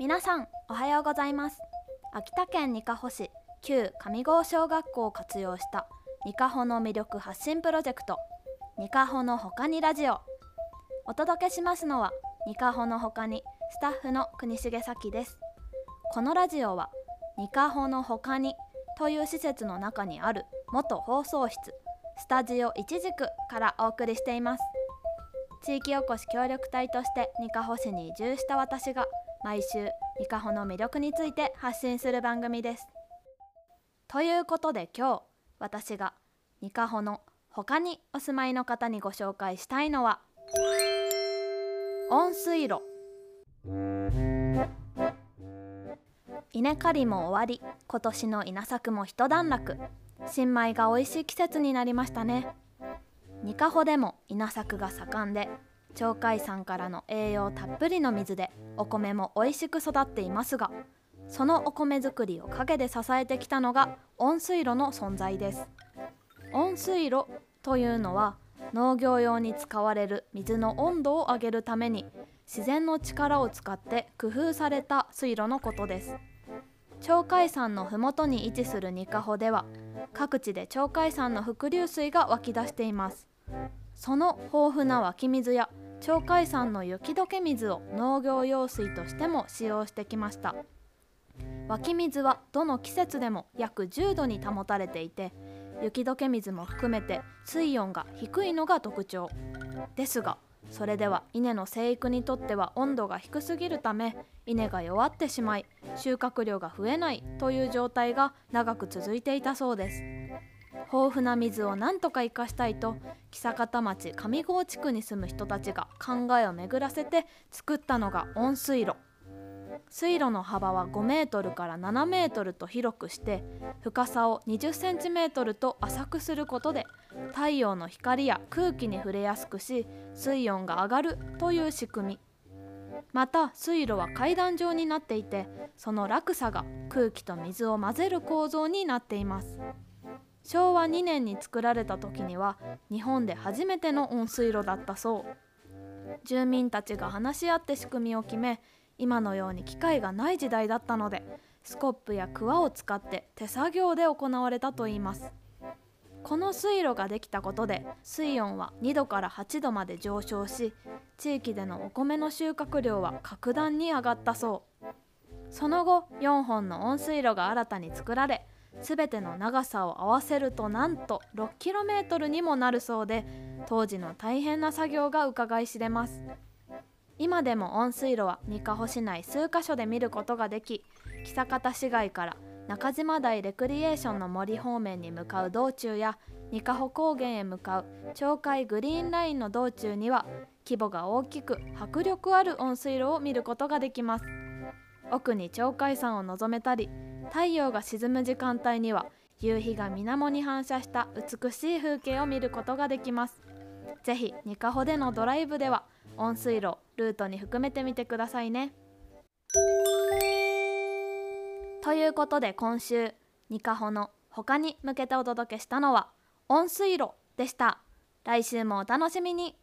皆さんおはようございます。秋田県にかほ市旧上郷小学校を活用したにかほの魅力発信プロジェクト、にかほのほかにラジオ。お届けしますのはにかほのほかにスタッフの国重咲です。このラジオはにかほのほかにという施設の中にある元放送室スタジオいちじくからお送りしています。地域おこし協力隊としてにかほ市に移住した私が毎週にかほの魅力について発信する番組です。ということで今日私がにかほの他にお住まいの方にご紹介したいのは温水路。稲刈りも終わり、今年の稲作も一段落、新米が美味しい季節になりましたね。にかほでも稲作が盛んで、鳥海山からの栄養たっぷりの水でお米も美味しく育っていますが、そのお米作りを陰で支えてきたのが温水路の存在です。温水路というのは農業用に使われる水の温度を上げるために自然の力を使って工夫された水路のことです。鳥海山のふもとに位置するにかほでは各地で鳥海山の伏流水が湧き出しています。その豊富な湧き水や鳥海山の雪解け水を農業用水としても使用してきました。湧き水はどの季節でも約10度に保たれていて、雪解け水も含めて水温が低いのが特徴ですが、それでは稲の生育にとっては温度が低すぎるため稲が弱ってしまい収穫量が増えないという状態が長く続いていたそうです。豊富な水を何とか生かしたいと久方町上郷地区に住む人たちが考えを巡らせて作ったのが温水路。水路の幅は5メートルから7メートルと広くして深さを20センチメートルと浅くすることで太陽の光や空気に触れやすくし水温が上がるという仕組み。また水路は階段状になっていて、その落差が空気と水を混ぜる構造になっています。昭和2年に作られた時には日本で初めての温水路だったそう。住民たちが話し合って仕組みを決め、今のように機械がない時代だったのでスコップやクワを使って手作業で行われたといいます。この水路ができたことで水温は2度から8度まで上昇し、地域でのお米の収穫量は格段に上がったそう。その後4本の温水路が新たに作られ、すべての長さを合わせるとなんと 6km にもなるそうで、当時の大変な作業がうかがい知れます。今でも温水路はにかほ市内数カ所で見ることができ、久方市街から中島台レクリエーションの森方面に向かう道中やにかほ高原へ向かう鳥海グリーンラインの道中には規模が大きく迫力ある温水路を見ることができます。奥に鳥海山を望めたり、太陽が沈む時間帯には夕日が水面に反射した美しい風景を見ることができます。ぜひにかほでのドライブでは温水路ルートに含めてみてくださいね。ということで今週にかほの他に向けてお届けしたのは温水路でした。来週もお楽しみに。